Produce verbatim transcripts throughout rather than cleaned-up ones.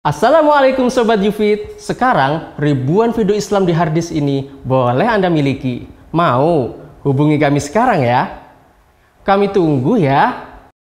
Assalamualaikum Sobat Yufid. Sekarang ribuan video Islam di harddisk ini boleh Anda miliki. Mau? Hubungi kami sekarang ya. Kami tunggu ya.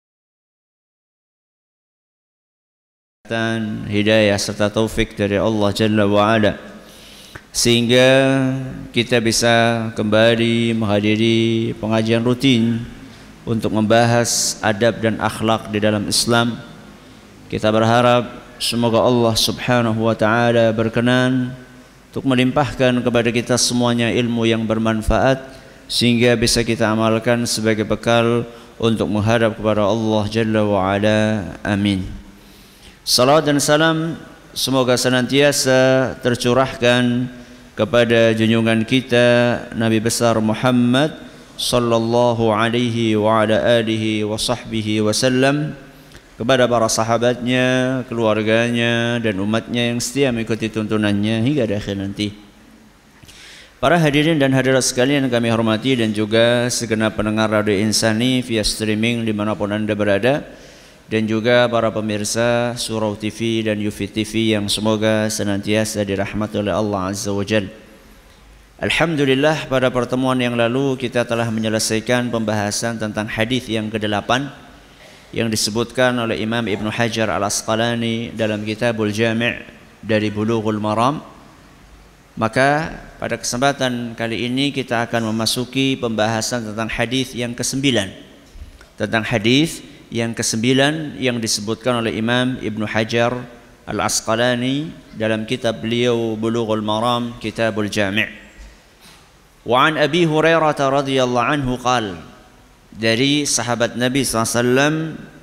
Dan hidayah serta taufik dari Allah Jalla wa'ala, sehingga kita bisa kembali menghadiri pengajian rutin untuk membahas adab dan akhlak di dalam Islam. Kita berharap semoga Allah Subhanahu wa ta'ala berkenan untuk melimpahkan kepada kita semuanya ilmu yang bermanfaat, sehingga bisa kita amalkan sebagai bekal untuk menghadap kepada Allah Jalla wa'ala. Amin. Salawat dan salam semoga senantiasa tercurahkan kepada junjungan kita Nabi besar Muhammad sallallahu alaihi wa ala alihi wa sahbihi wasallam, kepada para sahabatnya, keluarganya, dan umatnya yang setia mengikuti tuntunannya hingga akhir nanti. Para hadirin dan hadirat sekalian yang kami hormati, dan juga segenap pendengar Radio Insani via streaming dimanapun Anda berada, dan juga para pemirsa Surau T V dan Yufid T V yang semoga senantiasa dirahmati oleh Allah Azza wa Jalla. Alhamdulillah, pada pertemuan yang lalu kita telah menyelesaikan pembahasan tentang hadis yang kedelapan yang disebutkan oleh Imam Ibn Hajar Al-Asqalani dalam Kitabul Jami' dari Bulughul Maram. Maka pada kesempatan kali ini kita akan memasuki pembahasan tentang hadis yang kesembilan. Tentang hadis yang kesembilan yang disebutkan oleh Imam Ibn Hajar Al-Asqalani dalam kitab beliau Bulughul Maram Kitabul Jami'. Wa an Abi Hurairah radhiyallahu anhu qala, dari sahabat Nabi sallallahu alaihi wasallam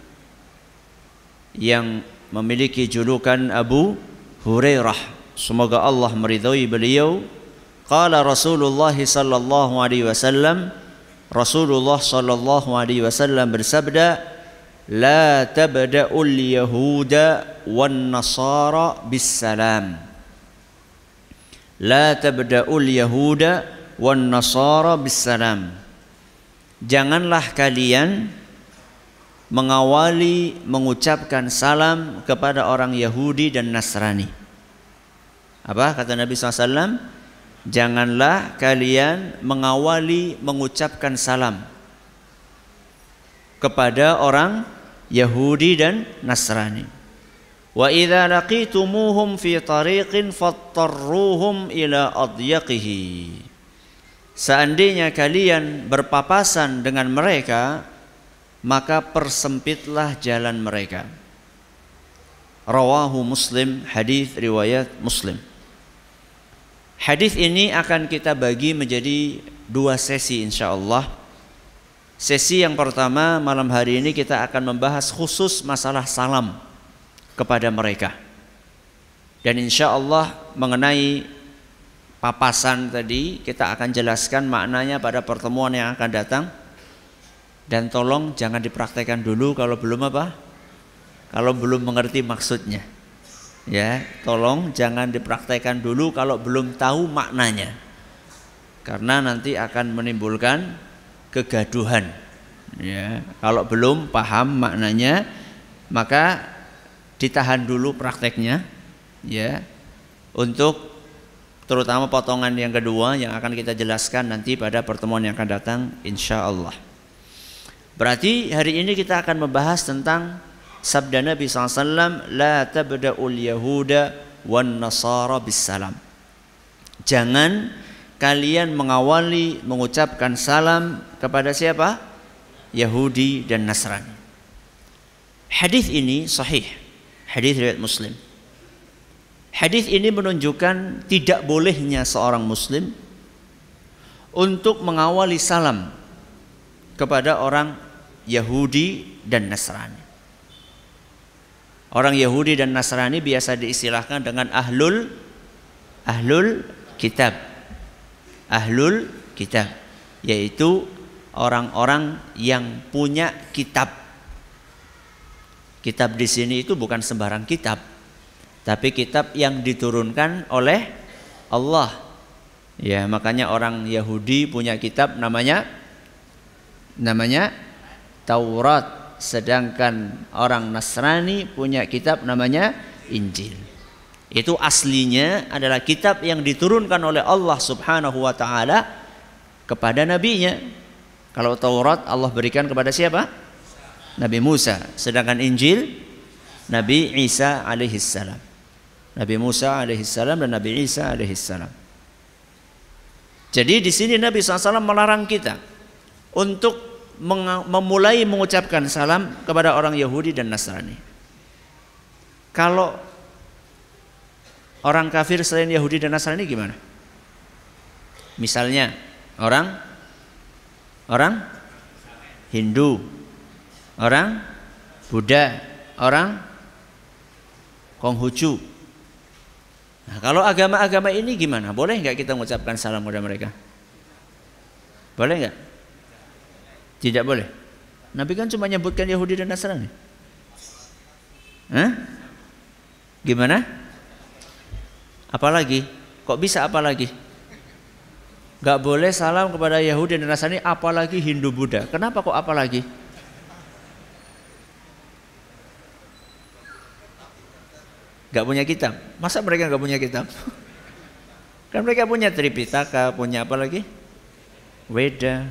yang memiliki julukan Abu Hurairah, semoga Allah meridhai beliau, qala Rasulullah sallallahu alaihi wasallam, Rasulullah sallallahu alaihi wasallam bersabda, la tabda'ul yahuda wan nasara bis salam. La tabda'ul yahuda wan nasara bis salam. Janganlah kalian mengawali mengucapkan salam kepada orang Yahudi dan Nasrani. Apa kata Nabi sallallahu alaihi wasallam? Janganlah kalian mengawali mengucapkan salam kepada orang Yahudi dan Nasrani. Wa idza laqitumuhum fi tariqin fattarruhum ila adyaqihi. Seandainya kalian berpapasan dengan mereka, maka persempitlah jalan mereka. Rawahu Muslim, hadis riwayat Muslim. Hadis ini akan kita bagi menjadi dua sesi insyaallah. Sesi yang pertama malam hari ini kita akan membahas khusus masalah salam kepada mereka. Dan insyaallah mengenai papasan tadi kita akan jelaskan maknanya pada pertemuan yang akan datang. Dan tolong jangan dipraktekkan dulu kalau belum apa? Kalau belum mengerti maksudnya. Ya, tolong jangan dipraktekkan dulu kalau belum tahu maknanya. Karena nanti akan menimbulkan kegaduhan. Ya, kalau belum paham maknanya, maka ditahan dulu prakteknya, ya, untuk terutama potongan yang kedua yang akan kita jelaskan nanti pada pertemuan yang akan datang insyaallah. Berarti hari ini kita akan membahas tentang sabda Nabi sallallahu alaihi wasallam, la tabda'ul yahuda wan nasara bis salam. Jangan kalian mengawali mengucapkan salam kepada siapa? Yahudi dan Nasrani. Hadis ini sahih, hadis riwayat Muslim. Hadis ini menunjukkan tidak bolehnya seorang muslim untuk mengawali salam kepada orang Yahudi dan Nasrani. Orang Yahudi dan Nasrani biasa diistilahkan dengan ahlul ahlul kitab. Ahlul kitab, yaitu orang-orang yang punya kitab. Kitab di sini itu bukan sembarang kitab, tapi kitab yang diturunkan oleh Allah. Ya, makanya orang Yahudi punya kitab namanya namanya Taurat, sedangkan orang Nasrani punya kitab namanya Injil. Itu aslinya adalah kitab yang diturunkan oleh Allah Subhanahu wa taala kepada nabinya. Kalau Taurat Allah berikan kepada siapa? Nabi Musa. Sedangkan Injil Nabi Isa alaihissalam. Nabi Musa alaihissalam dan Nabi Isa alaihissalam. Jadi di sini Nabi shallallahu alaihi wasallam melarang kita untuk memulai mengucapkan salam kepada orang Yahudi dan Nasrani. Kalau orang kafir selain Yahudi dan Nasrani gimana? Misalnya orang orang Hindu, orang Buddha, orang Konghucu. Nah, kalau agama-agama ini gimana? Boleh nggak kita mengucapkan salam kepada mereka? Boleh nggak? Tidak boleh. Nabi kan cuma menyebutkan Yahudi dan Nasrani. Hah? Gimana? Apalagi? Kok bisa apalagi? Gak boleh salam kepada Yahudi dan Nasrani, apalagi Hindu Buddha. Kenapa kok apalagi? Gak punya kitab. Masa mereka gak punya kitab? Kan mereka punya Tripitaka, punya apa lagi? Weda.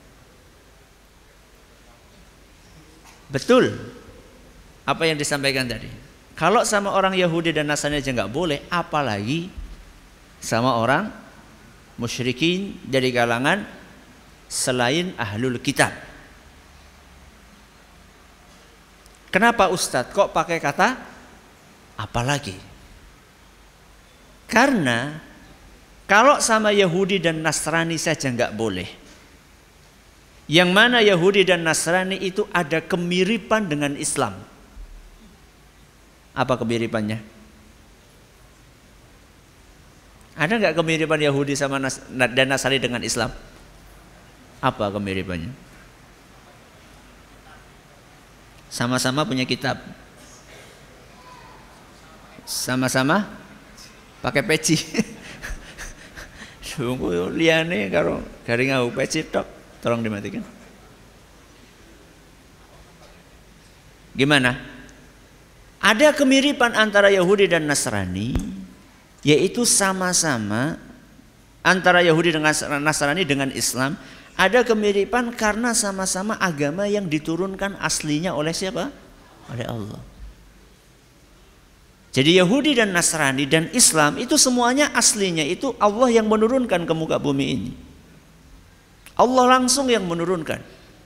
Betul apa yang disampaikan tadi. Kalau sama orang Yahudi dan Nasrani aja gak boleh, apalagi sama orang musyrikin dari kalangan selain ahlul kitab. Kenapa Ustadz kok pakai kata apalagi? Karena kalau sama Yahudi dan Nasrani saja nggak boleh, yang mana Yahudi dan Nasrani itu ada kemiripan dengan Islam. Apa kemiripannya? Ada nggak kemiripan Yahudi sama Nas dan Nasrani dengan Islam? Apa kemiripannya? Sama-sama punya kitab, sama-sama pakai peci. Sungguh liane karo garing ngau peci tok, tolong dimatikan. Gimana? Ada kemiripan antara Yahudi dan Nasrani, yaitu sama-sama antara Yahudi dengan Nasrani dengan Islam. Ada kemiripan karena sama-sama agama yang diturunkan aslinya oleh siapa? Oleh Allah. Jadi Yahudi dan Nasrani dan Islam itu semuanya aslinya itu Allah yang menurunkan ke muka bumi ini. Allah langsung yang menurunkan.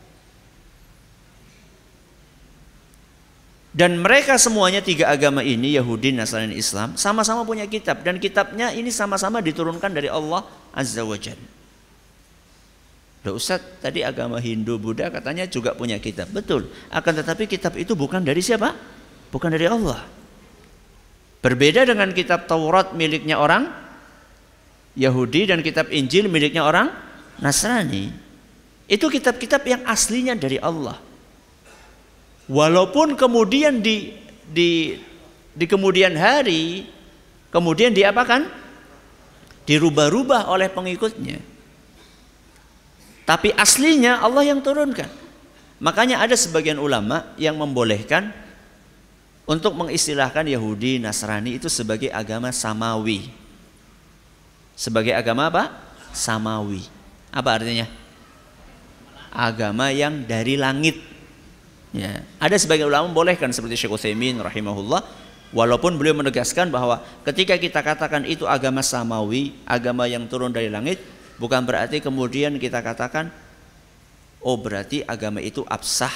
Dan mereka semuanya tiga agama ini, Yahudi, Nasrani, Islam, sama-sama punya kitab. Dan kitabnya ini sama-sama diturunkan dari Allah Azza wa Jalla. Loh Ustaz, tadi agama Hindu, Buddha katanya juga punya kitab. Betul, akan tetapi kitab itu bukan dari siapa? Bukan dari Allah. Berbeda dengan kitab Taurat miliknya orang Yahudi dan kitab Injil miliknya orang Nasrani. Itu kitab-kitab yang aslinya dari Allah. Walaupun kemudian di di di kemudian hari kemudian diapakan? Dirubah-rubah oleh pengikutnya. Tapi aslinya Allah yang turunkan. Makanya ada sebagian ulama yang membolehkan untuk mengistilahkan Yahudi, Nasrani itu sebagai agama samawi. Sebagai agama apa? Samawi. Apa artinya? Agama yang dari langit. Ya. Ada sebagian ulama membolehkan seperti Syekh Utsaimin rahimahullah. Walaupun beliau menegaskan bahwa ketika kita katakan itu agama samawi, agama yang turun dari langit, bukan berarti kemudian kita katakan, oh berarti agama itu absah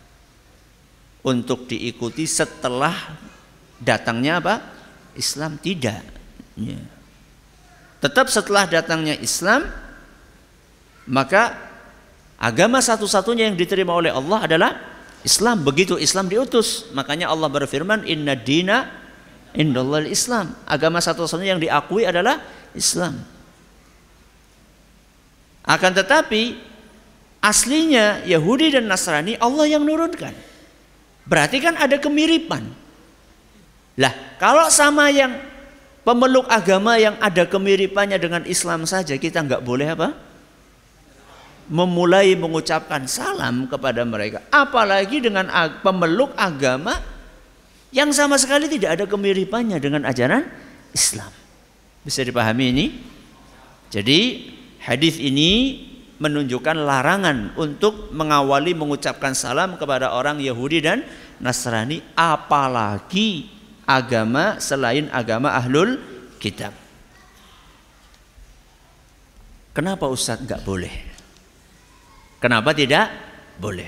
untuk diikuti setelah datangnya apa? Islam. Tidak. Ya. Tetap setelah datangnya Islam, maka agama satu-satunya yang diterima oleh Allah adalah Islam. Begitu Islam diutus, makanya Allah berfirman, Inna dina indallahil Islam. Agama satu-satunya yang diakui adalah Islam. Akan tetapi aslinya Yahudi dan Nasrani Allah yang nurunkan. Berarti kan ada kemiripan. Lah, kalau sama yang pemeluk agama yang ada kemiripannya dengan Islam saja kita nggak boleh apa? Memulai mengucapkan salam kepada mereka. Apalagi dengan ag- pemeluk agama yang sama sekali tidak ada kemiripannya dengan ajaran Islam. Bisa dipahami ini? Jadi hadis ini menunjukkan larangan untuk mengawali mengucapkan salam kepada orang Yahudi dan Nasrani, apalagi agama selain agama ahlul kitab. Kenapa Ustadz nggak boleh? Kenapa tidak boleh?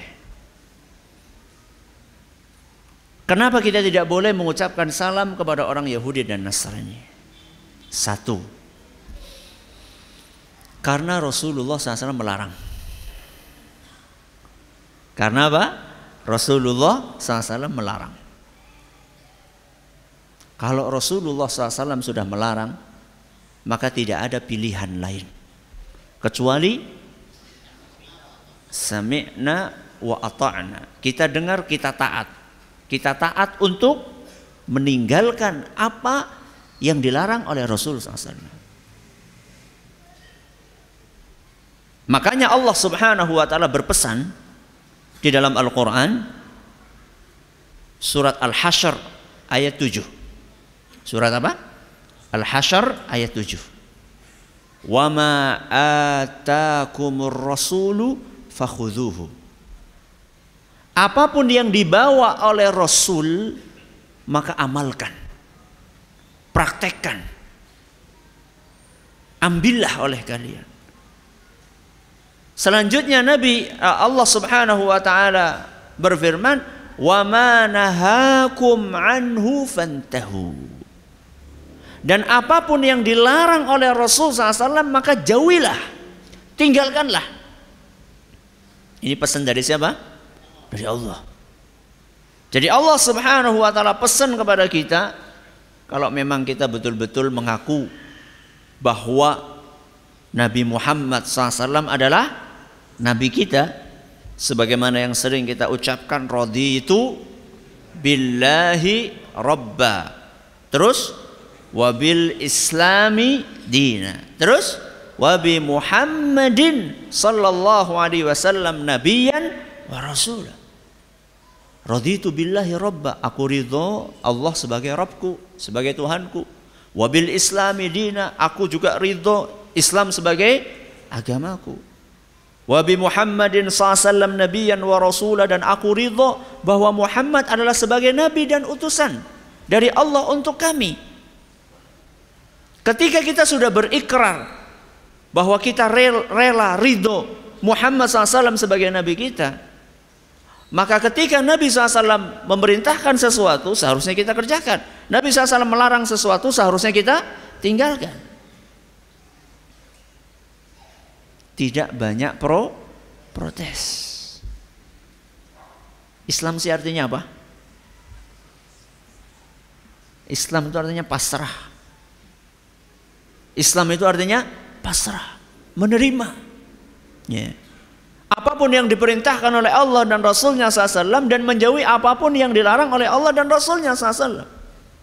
Kenapa kita tidak boleh mengucapkan salam kepada orang Yahudi dan Nasrani? Satu, karena Rasulullah shallallahu alaihi wasallam melarang. Karena apa? Rasulullah shallallahu alaihi wasallam melarang. Kalau Rasulullah shallallahu alaihi wasallam sudah melarang, maka tidak ada pilihan lain kecuali sami'na wa ata'na. Kita dengar, kita taat. Kita taat untuk meninggalkan apa yang dilarang oleh Rasul shallallahu alaihi wasallam. Makanya Allah Subhanahu wa taala berpesan di dalam Al-Qur'an surat Al-Hasyr ayat tujuh. Surat apa? Al-Hasyr ayat tujuh. Wa ma atakumur rasulu fakhudhuhu. Apapun yang dibawa oleh Rasul maka amalkan. Praktekkan. Ambillah oleh kalian. Selanjutnya Nabi Allah Subhanahu wa taala berfirman, "Wa ma nahakum anhu fantahu." Dan apapun yang dilarang oleh Rasul shallallahu alaihi wasallam maka jauhilah, tinggalkanlah. Ini pesan dari siapa? Dari Allah. Jadi Allah Subhanahu wa taala pesan kepada kita, kalau memang kita betul-betul mengaku bahwa Nabi Muhammad shallallahu alaihi wasallam adalah Nabi kita, sebagaimana yang sering kita ucapkan, raditu billahi rabba, terus wabil islami dina, terus wabi Muhammadin sallallahu alaihi wasallam nabiyan wa rasulah. Raditu billahi rabba, aku ridho Allah sebagai Rabbku, sebagai Tuhanku. Wabil islami dina, aku juga ridho Islam sebagai agamaku. Wabi Muhammadin sallallahu alaihi wasallam nabiyan wa rasulah, dan aku ridho bahwa Muhammad adalah sebagai nabi dan utusan dari Allah untuk kami. Ketika kita sudah berikrar bahwa kita rela ridho Muhammad sallallahu alaihi wasallam sebagai nabi kita, maka ketika Nabi sallallahu alaihi wasallam memerintahkan sesuatu seharusnya kita kerjakan. Nabi sallallahu alaihi wasallam melarang sesuatu seharusnya kita tinggalkan. Tidak banyak pro protes. Islam sih artinya apa? Islam itu artinya pasrah. Islam itu artinya pasrah, menerima. Ya. Apapun yang diperintahkan oleh Allah dan Rasulnya sallallahu alaihi wasallam, dan menjauhi apapun yang dilarang oleh Allah dan Rasulnya sallallahu alaihi wasallam.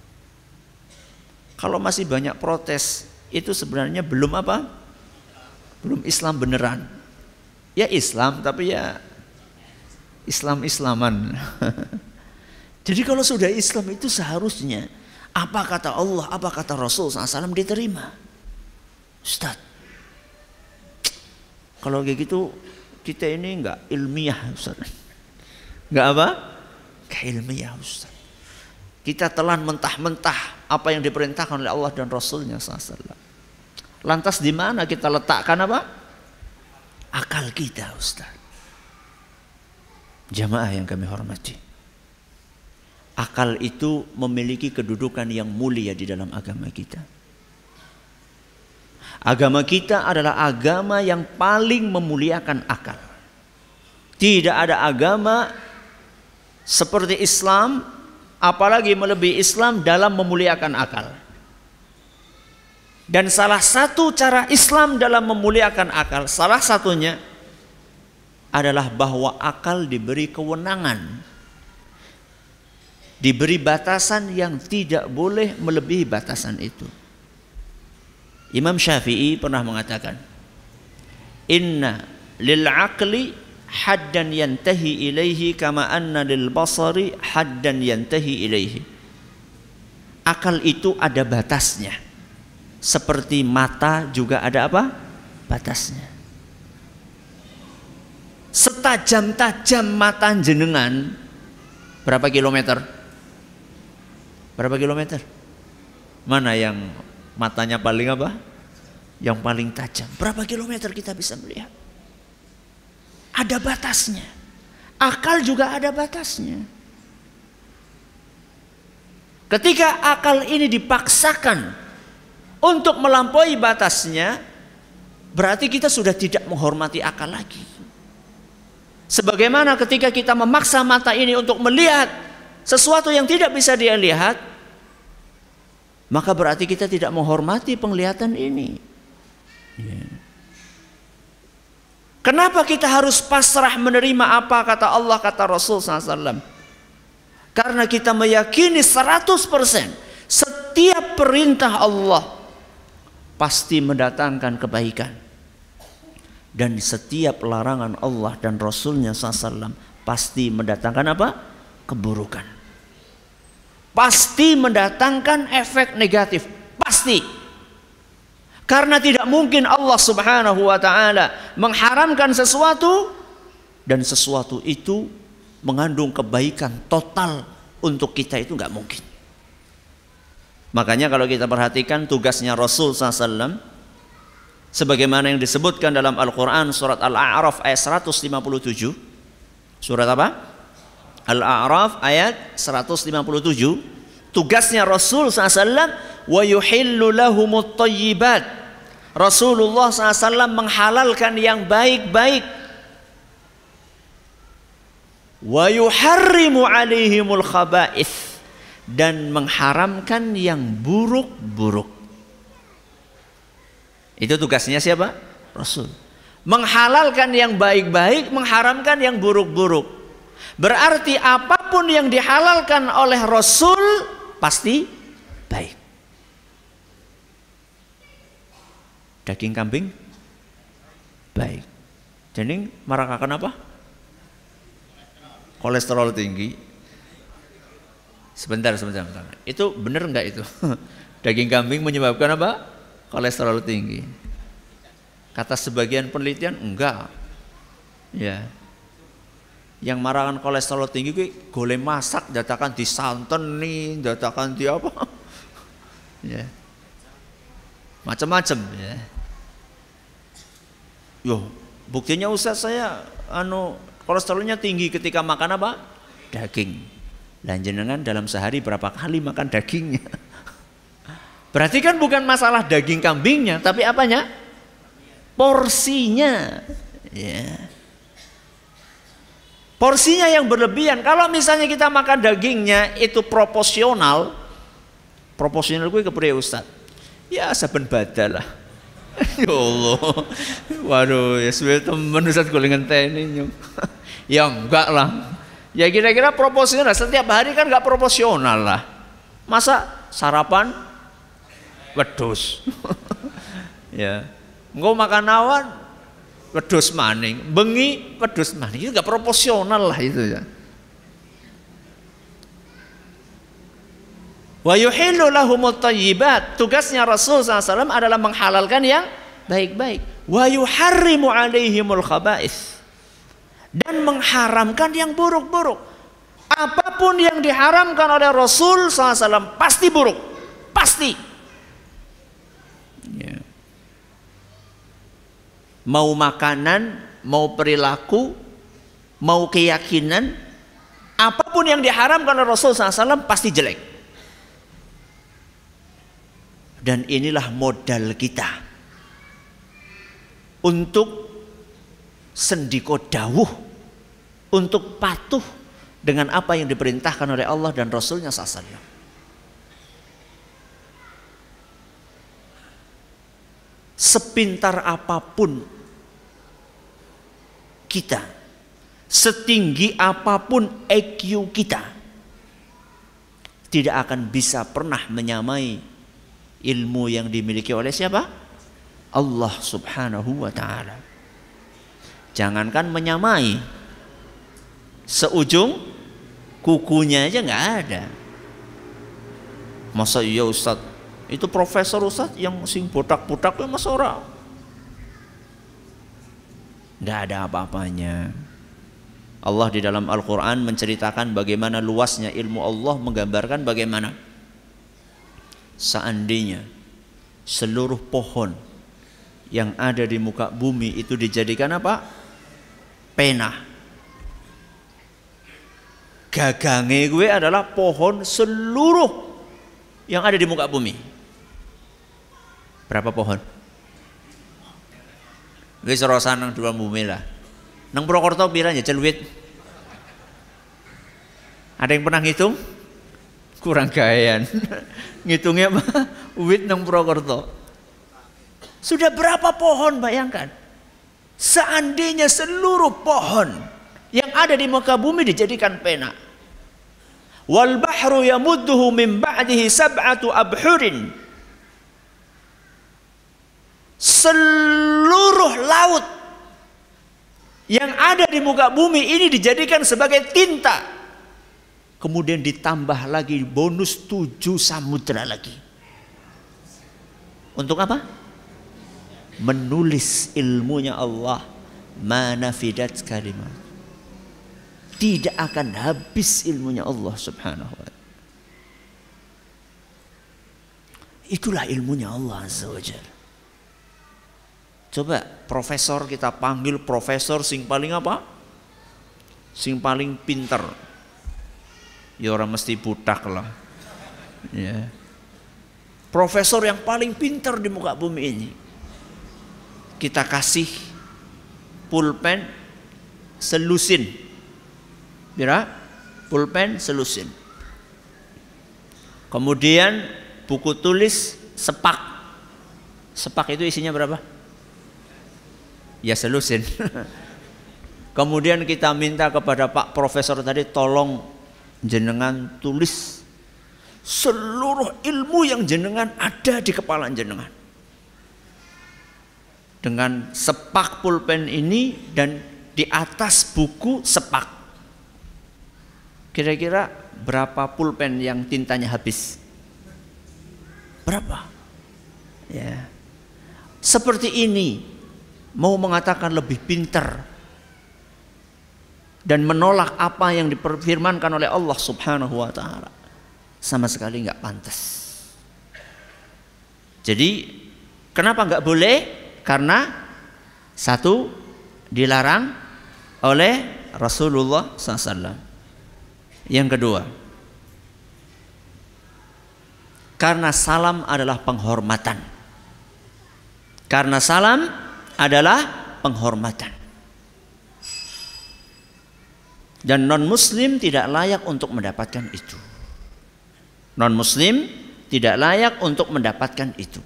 Kalau masih banyak protes, itu sebenarnya belum apa? Belum Islam beneran. Ya Islam, tapi ya Islam-Islaman. Jadi kalau sudah Islam itu seharusnya apa kata Allah, apa kata Rasul sallallahu alaihi wasallam diterima. Ustaz, kalau kayak gitu kita ini enggak ilmiah, Ustaz. Enggak apa? Enggak ilmiah, Ustaz. Kita telan mentah-mentah apa yang diperintahkan oleh Allah dan Rasulnya sallallahu alaihi wasallam. Lantas di mana kita letakkan apa? Akal kita, Ustaz. Jamaah yang kami hormati. Akal itu memiliki kedudukan yang mulia di dalam agama kita. Agama kita adalah agama yang paling memuliakan akal. Tidak ada agama seperti Islam, apalagi melebihi Islam dalam memuliakan akal. Dan salah satu cara Islam dalam memuliakan akal, salah satunya adalah bahwa akal diberi kewenangan, diberi batasan yang tidak boleh melebihi batasan itu. Imam Syafi'i pernah mengatakan, inna lil aqli haddan yantahi ilaihi kama anna lil basari haddan yantahi ilaihi. Akal itu ada batasnya. Seperti mata juga ada apa? Batasnya. Setajam-tajam mata jenengan berapa kilometer? Berapa kilometer? Mana yang matanya paling apa? Yang paling tajam. Berapa kilometer kita bisa melihat? Ada batasnya. Akal juga ada batasnya. Ketika akal ini dipaksakan untuk melampaui batasnya, berarti kita sudah tidak menghormati akal lagi. Sebagaimana ketika kita memaksa mata ini untuk melihat sesuatu yang tidak bisa dia lihat, maka berarti kita tidak menghormati penglihatan ini. Yeah. Kenapa kita harus pasrah menerima apa kata Allah, kata Rasul sallallahu alaihi wasallam? Karena kita meyakini seratus persen setiap perintah Allah pasti mendatangkan kebaikan. Dan setiap larangan Allah dan Rasulnya sallallahu alaihi wasallam pasti mendatangkan apa? Keburukan. Pasti mendatangkan efek negatif. Pasti. Karena tidak mungkin Allah subhanahu wa ta'ala mengharamkan sesuatu dan sesuatu itu mengandung kebaikan total untuk kita, itu nggak mungkin. Makanya kalau kita perhatikan tugasnya Rasul sallallahu alaihi wasallam sebagaimana yang disebutkan dalam Al-Quran surat Al-A'raf ayat seratus lima puluh tujuh. Surat apa? Al-A'raf ayat seratus lima puluh tujuh. Tugasnya Rasul sallallahu alaihi wasallam wa yuhillu lahumut thayyibat. Rasulullah sallallahu alaihi wasallam menghalalkan yang baik-baik. Wa yuharrimu alaihimul khaba'ith, dan mengharamkan yang buruk-buruk. Itu tugasnya siapa? Rasul. Menghalalkan yang baik-baik, mengharamkan yang buruk-buruk. Berarti apapun yang dihalalkan oleh Rasul pasti baik. Daging kambing baik. Jadi marakakan apa? Kolesterol tinggi. Sebentar, sebentar, sebentar. Itu benar enggak itu? Daging kambing menyebabkan apa? Kolesterol tinggi. Kata sebagian penelitian enggak. Ya. Yang marahan kolesterol tinggi kuwi goleh masak dadakan disanten nih, dadakan di apa? Ya. Macam-macam ya. Yo, buktinya Ustaz saya anu kolesterolnya tinggi ketika makan apa? Daging. Dan jenengan dalam sehari berapa kali makan dagingnya? Berarti kan bukan masalah daging kambingnya, tapi apanya? Porsinya. Ya. Porsinya yang berlebihan. Kalau misalnya kita makan dagingnya itu proporsional, proporsional gue kepriye Ustaz? Ya saben badalah. Ya Allah. Waduh, ya suwe temen Ustaz kula ngenteni. Ya enggak lah. Ya kira-kira proporsional. Setiap hari kan enggak proporsional lah. Masa sarapan wedhus. Ya. Engko makan awan wedhus maning, bengi wedhus maning. Itu enggak proporsional lah itu ya. Wa yuhillu lahumut thayyibat. Tugasnya Rasul sallallahu alaihi wasallam adalah menghalalkan yang baik-baik. Wa yuharrimu alaihimul khaba'ith, dan mengharamkan yang buruk-buruk. Apapun yang diharamkan oleh Rasul sallallahu alaihi wasallam pasti buruk. Pasti. Ya. Mau makanan, mau perilaku, mau keyakinan, apapun yang diharamkan oleh Rasul sallallahu alaihi wasallam pasti jelek. Dan inilah modal kita untuk sendiko dawuh, untuk patuh dengan apa yang diperintahkan oleh Allah dan Rasulnya sallallahu alaihi wasallam. Sepintar apapun kita, setinggi apapun I Q kita, tidak akan bisa pernah menyamai ilmu yang dimiliki oleh siapa? Allah subhanahu wa ta'ala. jangankan menyamai, seujung kukunya aja nggak ada. Masa iya Ustaz? Itu profesor Ustaz yang sing botak-botak ya masa ora? Nggak ada apa-apanya. Allah di dalam Al-Quran menceritakan bagaimana luasnya ilmu Allah, menggambarkan bagaimana seandainya seluruh pohon yang ada di muka bumi itu dijadikan apa? Pena. Gagange gue adalah pohon seluruh yang ada di muka bumi. Berapa pohon? Wis rasa nang dua bumi lah. Nang Purwokerto pira njajal wit? Ada yang pernah ngitung? Kurang gawean. Ngitungnya apa? Wit nang Purwokerto. Sudah berapa pohon, bayangkan? Seandainya seluruh pohon yang ada di muka bumi dijadikan pena. Wal bahru yamudduhu min ba'dihi sab'atu abhurin. Seluruh laut yang ada di muka bumi ini dijadikan sebagai tinta. Kemudian ditambah lagi bonus tujuh samudra lagi. Untuk apa? Menulis ilmunya Allah. Mana fidat kalimat. Tidak akan habis ilmunya Allah subhanahu wa ta'ala. Itulah ilmunya Allah azza wa jalla. Coba profesor kita panggil profesor sing paling apa? Sing paling pinter. Ya orang mesti budak lah. Ya. Profesor yang paling pinter di muka bumi ini. Kita kasih pulpen selusin. Bira? Pulpen selusin. Kemudian buku tulis sepak. Sepak itu isinya berapa? Ya selusin. Kemudian kita minta kepada Pak Profesor tadi, tolong jenengan tulis seluruh ilmu yang jenengan ada di kepala jenengan dengan sepak pulpen ini dan di atas buku sepak. Kira-kira berapa pulpen yang tintanya habis? Berapa? Ya. Seperti ini. Mau mengatakan lebih pintar dan menolak apa yang diperfirmankan oleh Allah subhanahu wa ta'ala, sama sekali nggak pantas. Jadi kenapa nggak boleh? Karena satu, dilarang oleh Rasulullah shallallahu alaihi wasallam. Yang kedua, karena salam adalah penghormatan. Karena salam adalah penghormatan. Dan non-muslim tidak layak untuk mendapatkan itu. Non-muslim tidak layak untuk mendapatkan itu.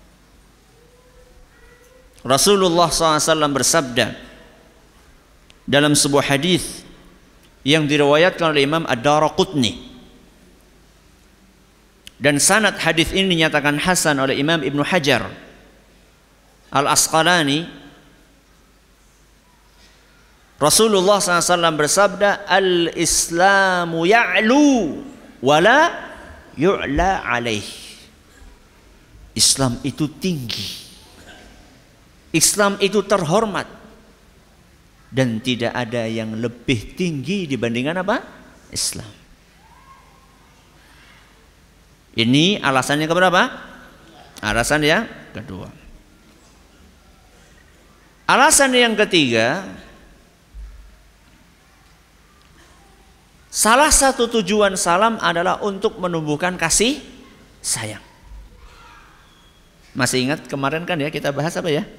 Rasulullah shallallahu alaihi wasallam bersabda dalam sebuah hadis yang diriwayatkan oleh Imam Ad-Daraqutni, dan sanad hadis ini dinyatakan hasan oleh Imam Ibnu Hajar Al-Asqalani. Rasulullah shallallahu alaihi wasallam bersabda, Al-Islamu ya'lu wala yu'la alaih. Islam itu tinggi, Islam itu terhormat, dan tidak ada yang lebih tinggi dibandingkan apa? Islam. Ini alasannya keberapa? Alasan yang kedua. Alasan yang ketiga, salah satu tujuan salam adalah untuk menumbuhkan kasih sayang. Masih ingat kemarin kan ya kita bahas apa ya?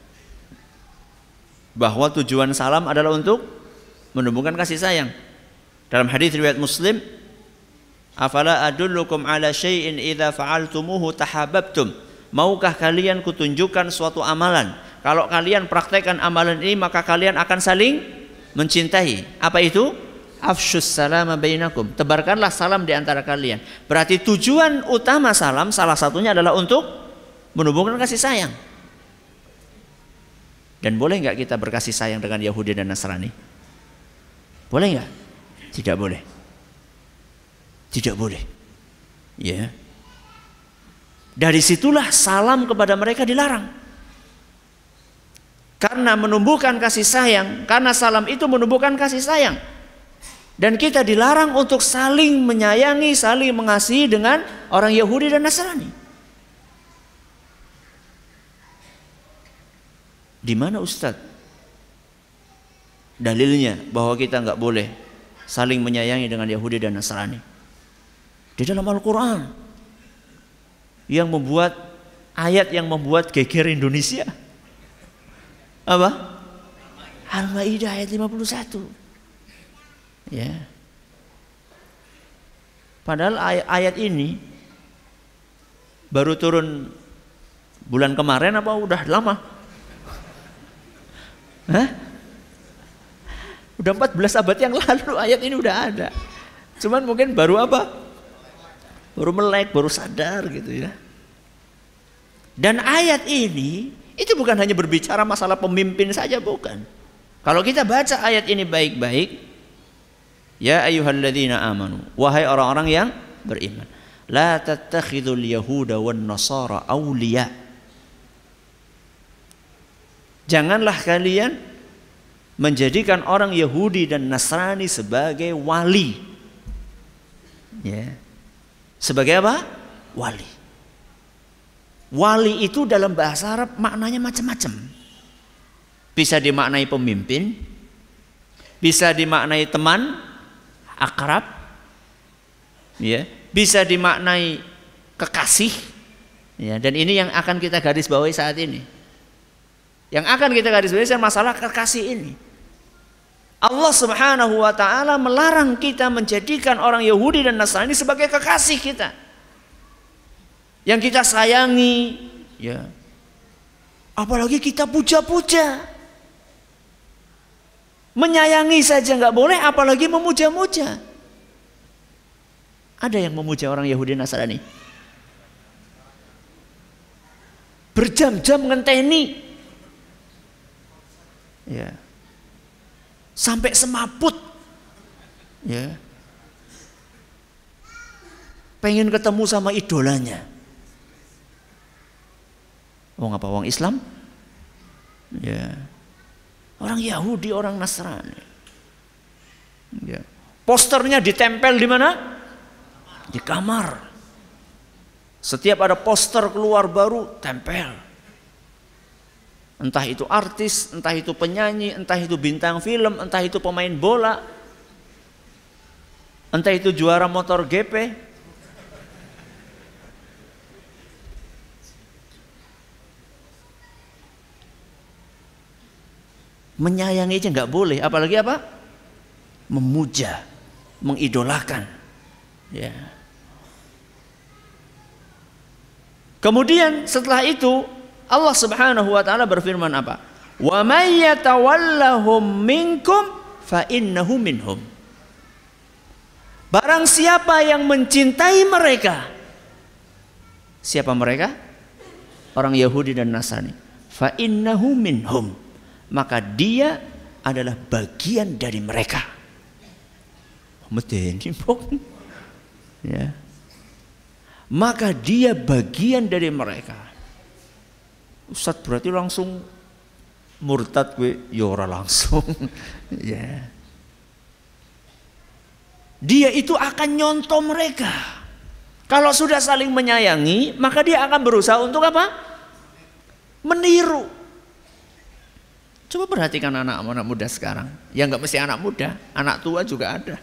Bahwa tujuan salam adalah untuk menumbuhkan kasih sayang. Dalam hadis riwayat Muslim, afala adullukum ala syai'in idza fa'altumuhu tahabbtum. Maukah kalian kutunjukkan suatu amalan? Kalau kalian praktekkan amalan ini maka kalian akan saling mencintai. Apa itu? Afshus salama bainakum. Tebarkanlah salam di antara kalian. Berarti tujuan utama salam salah satunya adalah untuk menumbuhkan kasih sayang. Dan boleh nggak kita berkasih sayang dengan Yahudi dan Nasrani? Boleh nggak? Tidak boleh. Tidak boleh. Ya. Dari situlah salam kepada mereka dilarang. Karena menumbuhkan kasih sayang, karena salam itu menumbuhkan kasih sayang. Dan kita dilarang untuk saling menyayangi, saling mengasihi dengan orang Yahudi dan Nasrani. Di mana Ustadz dalilnya bahwa kita nggak boleh saling menyayangi dengan Yahudi dan Nasrani? Di dalam Al-Quran yang membuat ayat yang membuat geger Indonesia. Apa? Al-Maidah ayat lima puluh satu. Ya. Padahal ayat, ayat ini baru turun bulan kemarin apa udah lama? Hah? Udah empat belas abad yang lalu ayat ini udah ada. Cuman mungkin baru apa? Baru melek, baru sadar gitu ya. Dan ayat ini itu bukan hanya berbicara masalah pemimpin saja, bukan. Kalau kita baca ayat ini baik-baik, ya ayyuhalladzina amanu, wahai orang-orang yang beriman, la tattakhidul yahuda wan nasara awliya. Janganlah kalian menjadikan orang Yahudi dan Nasrani sebagai wali. Ya. Sebagai apa? Wali. Wali itu dalam bahasa Arab maknanya macam-macam. Bisa dimaknai pemimpin, bisa dimaknai teman, akrab, ya, bisa dimaknai kekasih, ya, dan ini yang akan kita garis bawahi saat ini. Yang akan kita garis bawahi masalah kekasih ini. Allah Subhanahu wa taala melarang kita menjadikan orang Yahudi dan Nasrani sebagai kekasih kita. Yang kita sayangi, ya. Apalagi kita puja-puja. Menyayangi saja nggak boleh, apalagi memuja-muja. Ada yang memuja orang Yahudi dan Nasrani? Berjam-jam ngenteni. Ya. Sampai semaput. Ya. Pengen ketemu sama idolanya. Wong apa wong Islam? Ya. Orang Yahudi, orang Nasrani. Ya. Posternya ditempel di mana? Di kamar. Setiap ada poster keluar baru, tempel. Entah itu artis, entah itu penyanyi, entah itu bintang film, entah itu pemain bola, entah itu juara motor G P. Menyayangi aja nggak boleh, apalagi apa? Memuja, mengidolakan. Ya. Kemudian setelah itu Allah Subhanahu wa taala berfirman apa? Wa may yatawallahum minkum fa innahu minhum. Barang siapa yang mencintai mereka. Siapa mereka? Orang Yahudi dan Nasrani. Fa innahu minhum. Maka dia adalah bagian dari mereka. Ya. Maka dia bagian dari mereka. Ustaz berarti langsung murtad gue? Ya ora langsung. Ya. Dia itu akan nyontoh mereka. Kalau sudah saling menyayangi, maka dia akan berusaha untuk apa? Meniru. Coba perhatikan anak-anak muda sekarang. Ya nggak mesti anak muda, anak tua juga ada.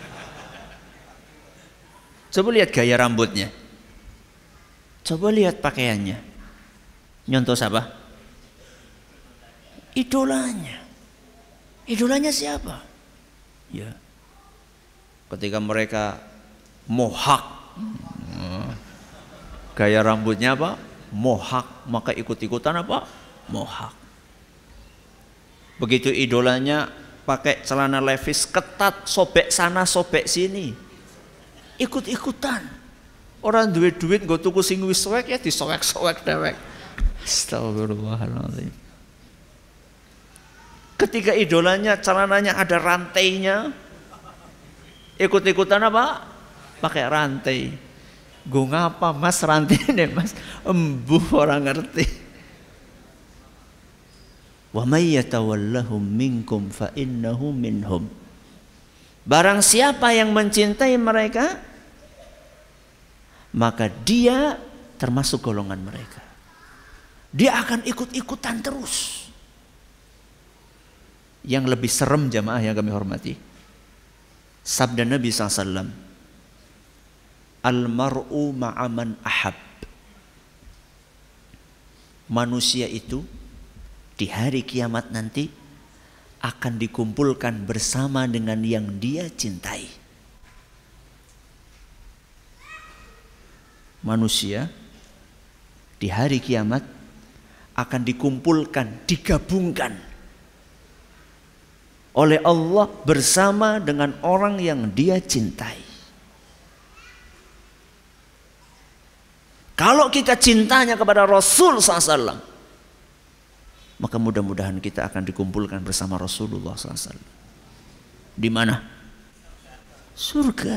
Coba lihat gaya rambutnya. Coba lihat pakaiannya. Nyontoh siapa? Idolanya. Idolanya siapa? Ya. Ketika mereka mohak, gaya rambutnya apa? Mohak, maka ikut-ikutan apa? Mohak. Begitu idolanya pakai celana levis ketat, sobek sana sobek sini, ikut-ikutan. Orang duit-duit nggo tuku sing wis suwek ya disowek-sowek dewek. Astagfirullahaladzim. Ketika idolanya celananya ada rantainya, ikut-ikutan apa? Pakai rantai. Gue ngapa mas rantai ini mas? Embuh orang ngerti. Wa may yatawallahum minkum fa innahu minhum. Barang siapa yang mencintai mereka, maka dia termasuk golongan mereka. Dia akan ikut-ikutan terus. Yang lebih serem jamaah yang kami hormati, sabda Nabi shallallahu alaihi wasallam, Al-mar'u ma'aman ahab. Manusia itu di hari kiamat nanti akan dikumpulkan bersama dengan yang dia cintai. Manusia di hari kiamat akan dikumpulkan, digabungkan oleh Allah bersama dengan orang yang dia cintai. Kalau kita cintanya kepada Rasul shallallahu alaihi wasallam, maka mudah-mudahan kita akan dikumpulkan bersama Rasulullah shallallahu alaihi wasallam. Di mana? Surga.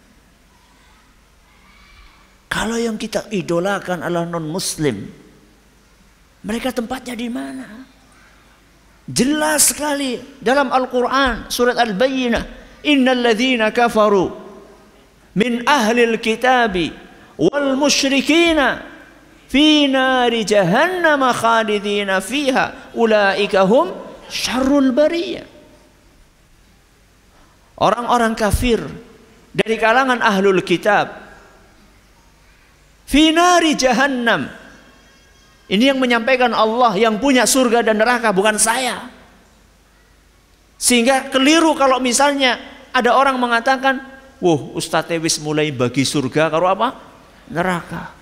Kalau yang kita idolakan adalah non-muslim, mereka tempatnya di mana? Jelas sekali dalam Al-Quran surat Al-Bayyinah, innal ladzina kafaru min ahlil kitabi wal musyrikina fi nari jahannam khalidina fiha ulaika hum syarrul bariyah. Orang-orang kafir dari kalangan ahlul kitab fi nari jahannam. Ini yang menyampaikan Allah yang punya surga dan neraka, bukan saya. Sehingga keliru kalau misalnya ada orang mengatakan, "Wah, Ustaz Tewis mulai bagi surga karo apa? Neraka."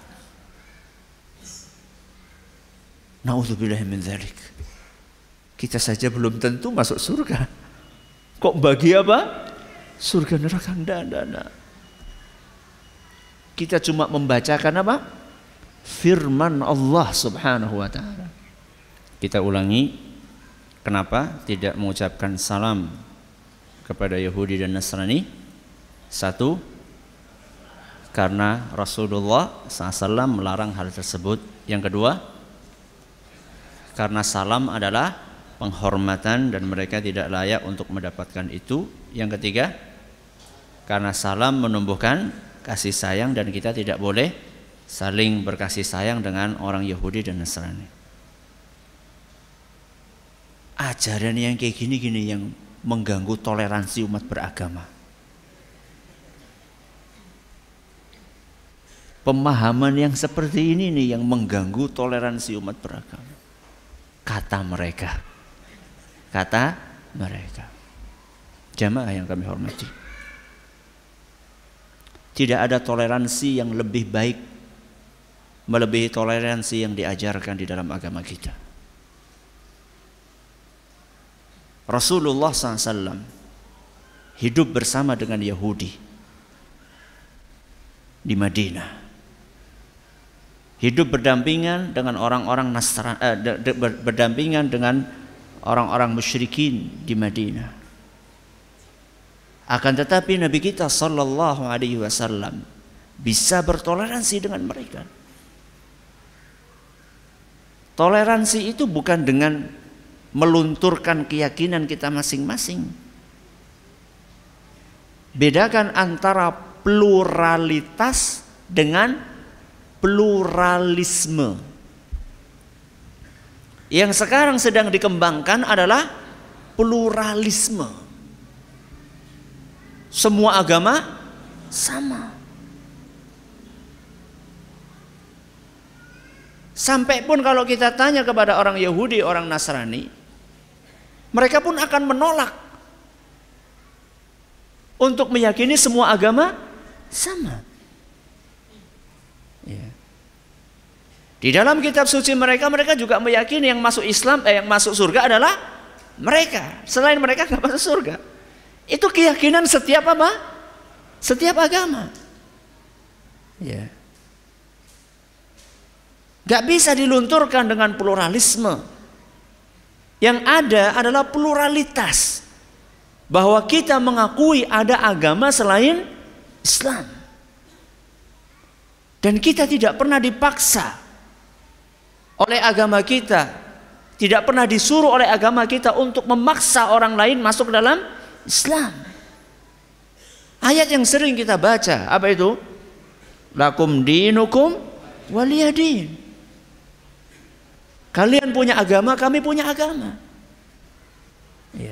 Nauzubillah min dzalik. Kita saja belum tentu masuk surga. Kok bagi apa? Surga neraka, enggak, enggak, enggak. Kita cuma membacakan apa? Firman Allah subhanahu wa ta'ala. Kita ulangi, kenapa tidak mengucapkan salam kepada Yahudi dan Nasrani? Satu, karena Rasulullah shallallahu alaihi wasallam melarang hal tersebut. Yang kedua, karena salam adalah penghormatan dan mereka tidak layak untuk mendapatkan itu. Yang ketiga, karena salam menumbuhkan kasih sayang dan kita tidak boleh saling berkasih sayang dengan orang Yahudi dan Nasrani. Ajaran yang kayak gini-gini yang mengganggu toleransi umat beragama. Pemahaman yang seperti ini nih yang mengganggu toleransi umat beragama. Kata mereka. Kata mereka. Jamaah yang kami hormati. Tidak ada toleransi yang lebih baik melebihi toleransi yang diajarkan di dalam agama kita. Rasulullah shallallahu alaihi wasallam hidup bersama dengan Yahudi di Madinah. Hidup berdampingan dengan orang-orang Nasrani, eh, berdampingan dengan orang-orang musyrikin di Madinah. Akan tetapi Nabi kita sallallahu alaihi wasallam bisa bertoleransi dengan mereka. Toleransi itu bukan dengan melunturkan keyakinan kita masing-masing. Bedakan antara pluralitas dengan pluralisme. Yang sekarang sedang dikembangkan adalah pluralisme. Semua agama sama. Sampai pun kalau kita tanya kepada orang Yahudi, orang Nasrani, mereka pun akan menolak untuk meyakini semua agama sama. Ya. Di dalam kitab suci mereka, mereka juga meyakini yang masuk Islam, eh, yang masuk surga adalah mereka. Selain mereka nggak masuk surga. Itu keyakinan setiap apa? Setiap agama. Ya. Gak bisa dilunturkan dengan pluralisme. Yang ada adalah pluralitas. Bahwa kita mengakui ada agama selain Islam. Dan kita tidak pernah dipaksa oleh agama kita. Tidak pernah disuruh oleh agama kita untuk memaksa orang lain masuk dalam Islam. Ayat yang sering kita baca, apa itu? Lakum dinukum waliyadin. Kalian punya agama, kami punya agama. Ya.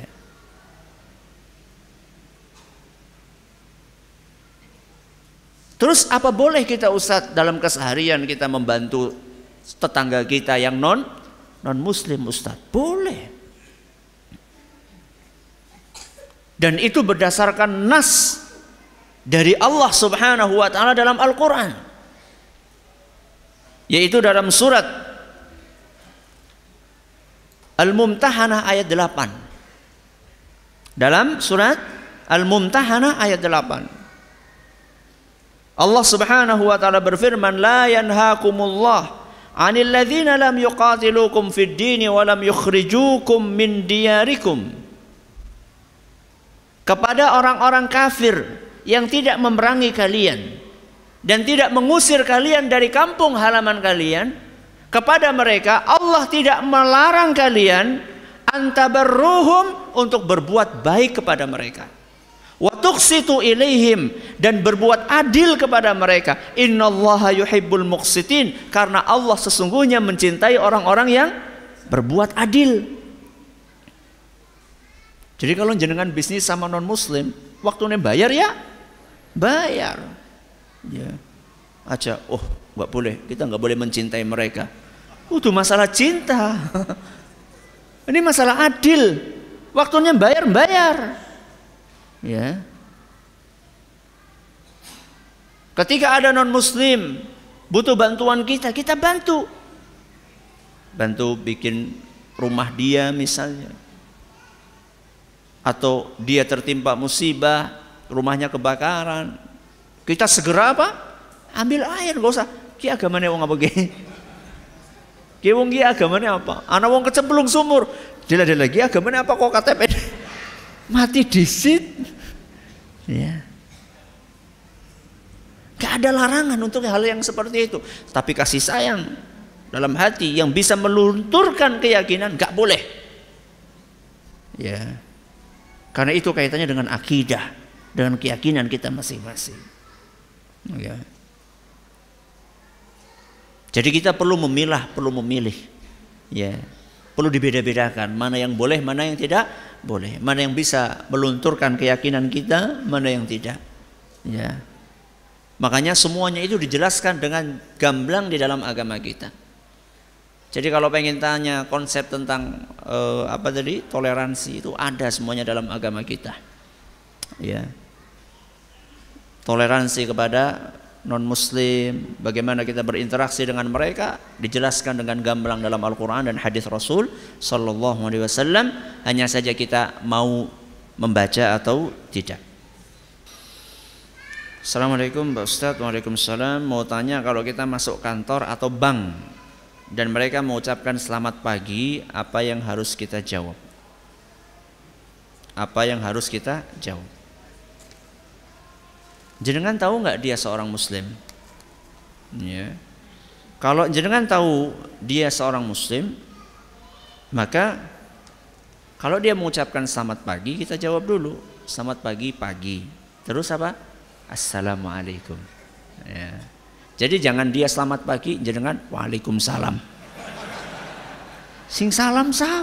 Terus apa boleh kita Ustadz dalam keseharian kita membantu tetangga kita yang non non muslim Ustadz? Boleh. Dan itu berdasarkan nas dari Allah Subhanahu wa taala dalam Al-Qur'an. Yaitu dalam surat Al-Mumtahanah ayat delapan. Dalam surat Al-Mumtahanah ayat delapan. Allah Subhanahu wa taala berfirman, la yanhaakumullah 'anil ladzina lam yuqatilukum fid din wa lam yukhrijukum min diyarikum. Kepada orang-orang kafir yang tidak memerangi kalian dan tidak mengusir kalian dari kampung halaman kalian, kepada mereka Allah tidak melarang kalian antabarruhum untuk berbuat baik kepada mereka. Wa tuqsitu ilaihim, dan berbuat adil kepada mereka. Innallaha yuhibbul muqsitin, karena Allah sesungguhnya mencintai orang-orang yang berbuat adil. Jadi kalau jenengan bisnis sama non muslim, waktunya bayar ya bayar. Ya. Aja, oh nggak boleh, kita nggak boleh mencintai mereka. Itu masalah cinta. Ini masalah adil. Waktunya bayar bayar. Ya. Ketika ada non muslim butuh bantuan kita, kita bantu. Bantu bikin rumah dia misalnya. Atau dia tertimpa musibah, rumahnya kebakaran. Kita segera apa? Ambil air, gak usah. Ki agamanya wong apa ki? Ki wong ki agamanya apa? Anak wong kecemplung sumur. Dia lagi agamanya apa kok K T P? Mati disit. Ya. Gak ada larangan untuk hal yang seperti itu. Tapi kasih sayang dalam hati yang bisa melunturkan keyakinan gak boleh. Ya. Karena itu kaitannya dengan akidah, dengan keyakinan kita masing-masing. Ya. Jadi kita perlu memilah, perlu memilih. Ya. Perlu dibeda-bedakan mana yang boleh, mana yang tidak boleh, mana yang bisa melunturkan keyakinan kita, mana yang tidak. Ya. Makanya semuanya itu dijelaskan dengan gamblang di dalam agama kita. Jadi kalau pengen tanya konsep tentang eh, apa tadi toleransi, itu ada semuanya dalam agama kita. Ya. Toleransi kepada non muslim, bagaimana kita berinteraksi dengan mereka, dijelaskan dengan gamblang dalam Al-Quran dan hadis Rasul Sallallahu Alaihi Wasallam. Hanya saja kita mau membaca atau tidak. Assalamualaikum Pak Ustadz. Waalaikumsalam. Mau tanya, kalau kita masuk kantor atau bank dan mereka mengucapkan selamat pagi, apa yang harus kita jawab? Apa yang harus kita jawab? Jenengan tahu nggak dia seorang muslim? Ya. Kalau jenengan tahu dia seorang muslim, maka kalau dia mengucapkan selamat pagi, kita jawab dulu selamat pagi pagi. Terus apa? Assalamualaikum. Ya. Jadi jangan dia selamat pagi, jenengan waalaikumsalam. Sing salam sap.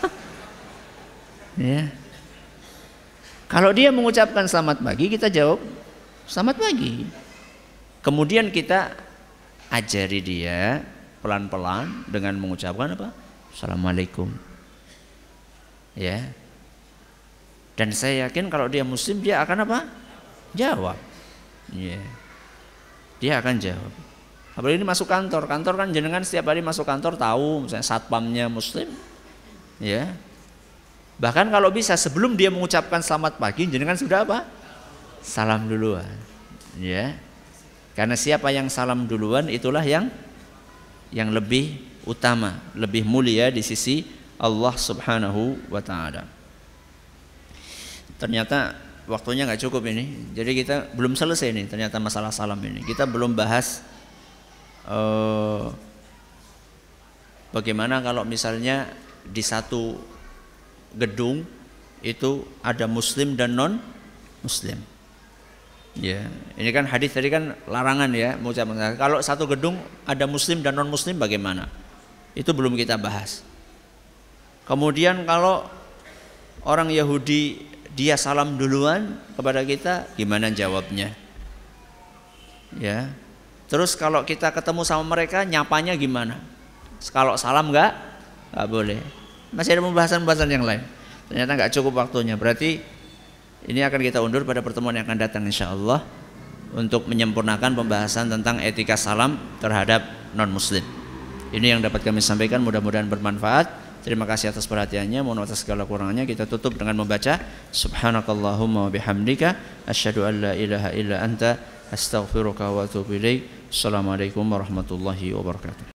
Ya. Kalau dia mengucapkan selamat pagi, kita jawab selamat pagi. Kemudian kita ajari dia pelan-pelan dengan mengucapkan apa? Assalamualaikum. Ya. Dan saya yakin kalau dia muslim, dia akan apa? Jawab. Ya. Dia akan jawab. Apalagi ini masuk kantor. Kantor kan jenengan setiap hari masuk kantor tahu misalnya satpamnya muslim. Ya. Bahkan kalau bisa sebelum dia mengucapkan selamat pagi, jenengan sudah apa? Salam duluan, ya. Karena siapa yang salam duluan itulah yang yang lebih utama, lebih mulia di sisi Allah Subhanahu wa taala. Ternyata waktunya nggak cukup ini. Jadi kita belum selesai nih ternyata masalah salam ini. Kita belum bahas uh, bagaimana kalau misalnya di satu gedung itu ada muslim dan non muslim. Ya, ini kan hadis tadi kan larangan ya mengucapkan. Kalau satu gedung ada muslim dan non muslim bagaimana? Itu belum kita bahas. Kemudian kalau orang Yahudi dia salam duluan kepada kita, gimana jawabnya? Ya. Terus kalau kita ketemu sama mereka nyapanya gimana? Kalau salam enggak? Enggak boleh. Masih ada pembahasan-pembahasan yang lain. Ternyata enggak cukup waktunya. Berarti ini akan kita undur pada pertemuan yang akan datang insyaallah untuk menyempurnakan pembahasan tentang etika salam terhadap non muslim. Ini yang dapat kami sampaikan, mudah-mudahan bermanfaat. Terima kasih atas perhatiannya. Mohon atas segala kurangannya. Kita tutup dengan membaca subhanakallahumma wa bihamdika asyhadu an la ilaha illa anta astaghfiruka wa atubu ilaik. Assalamualaikum warahmatullahi wabarakatuh.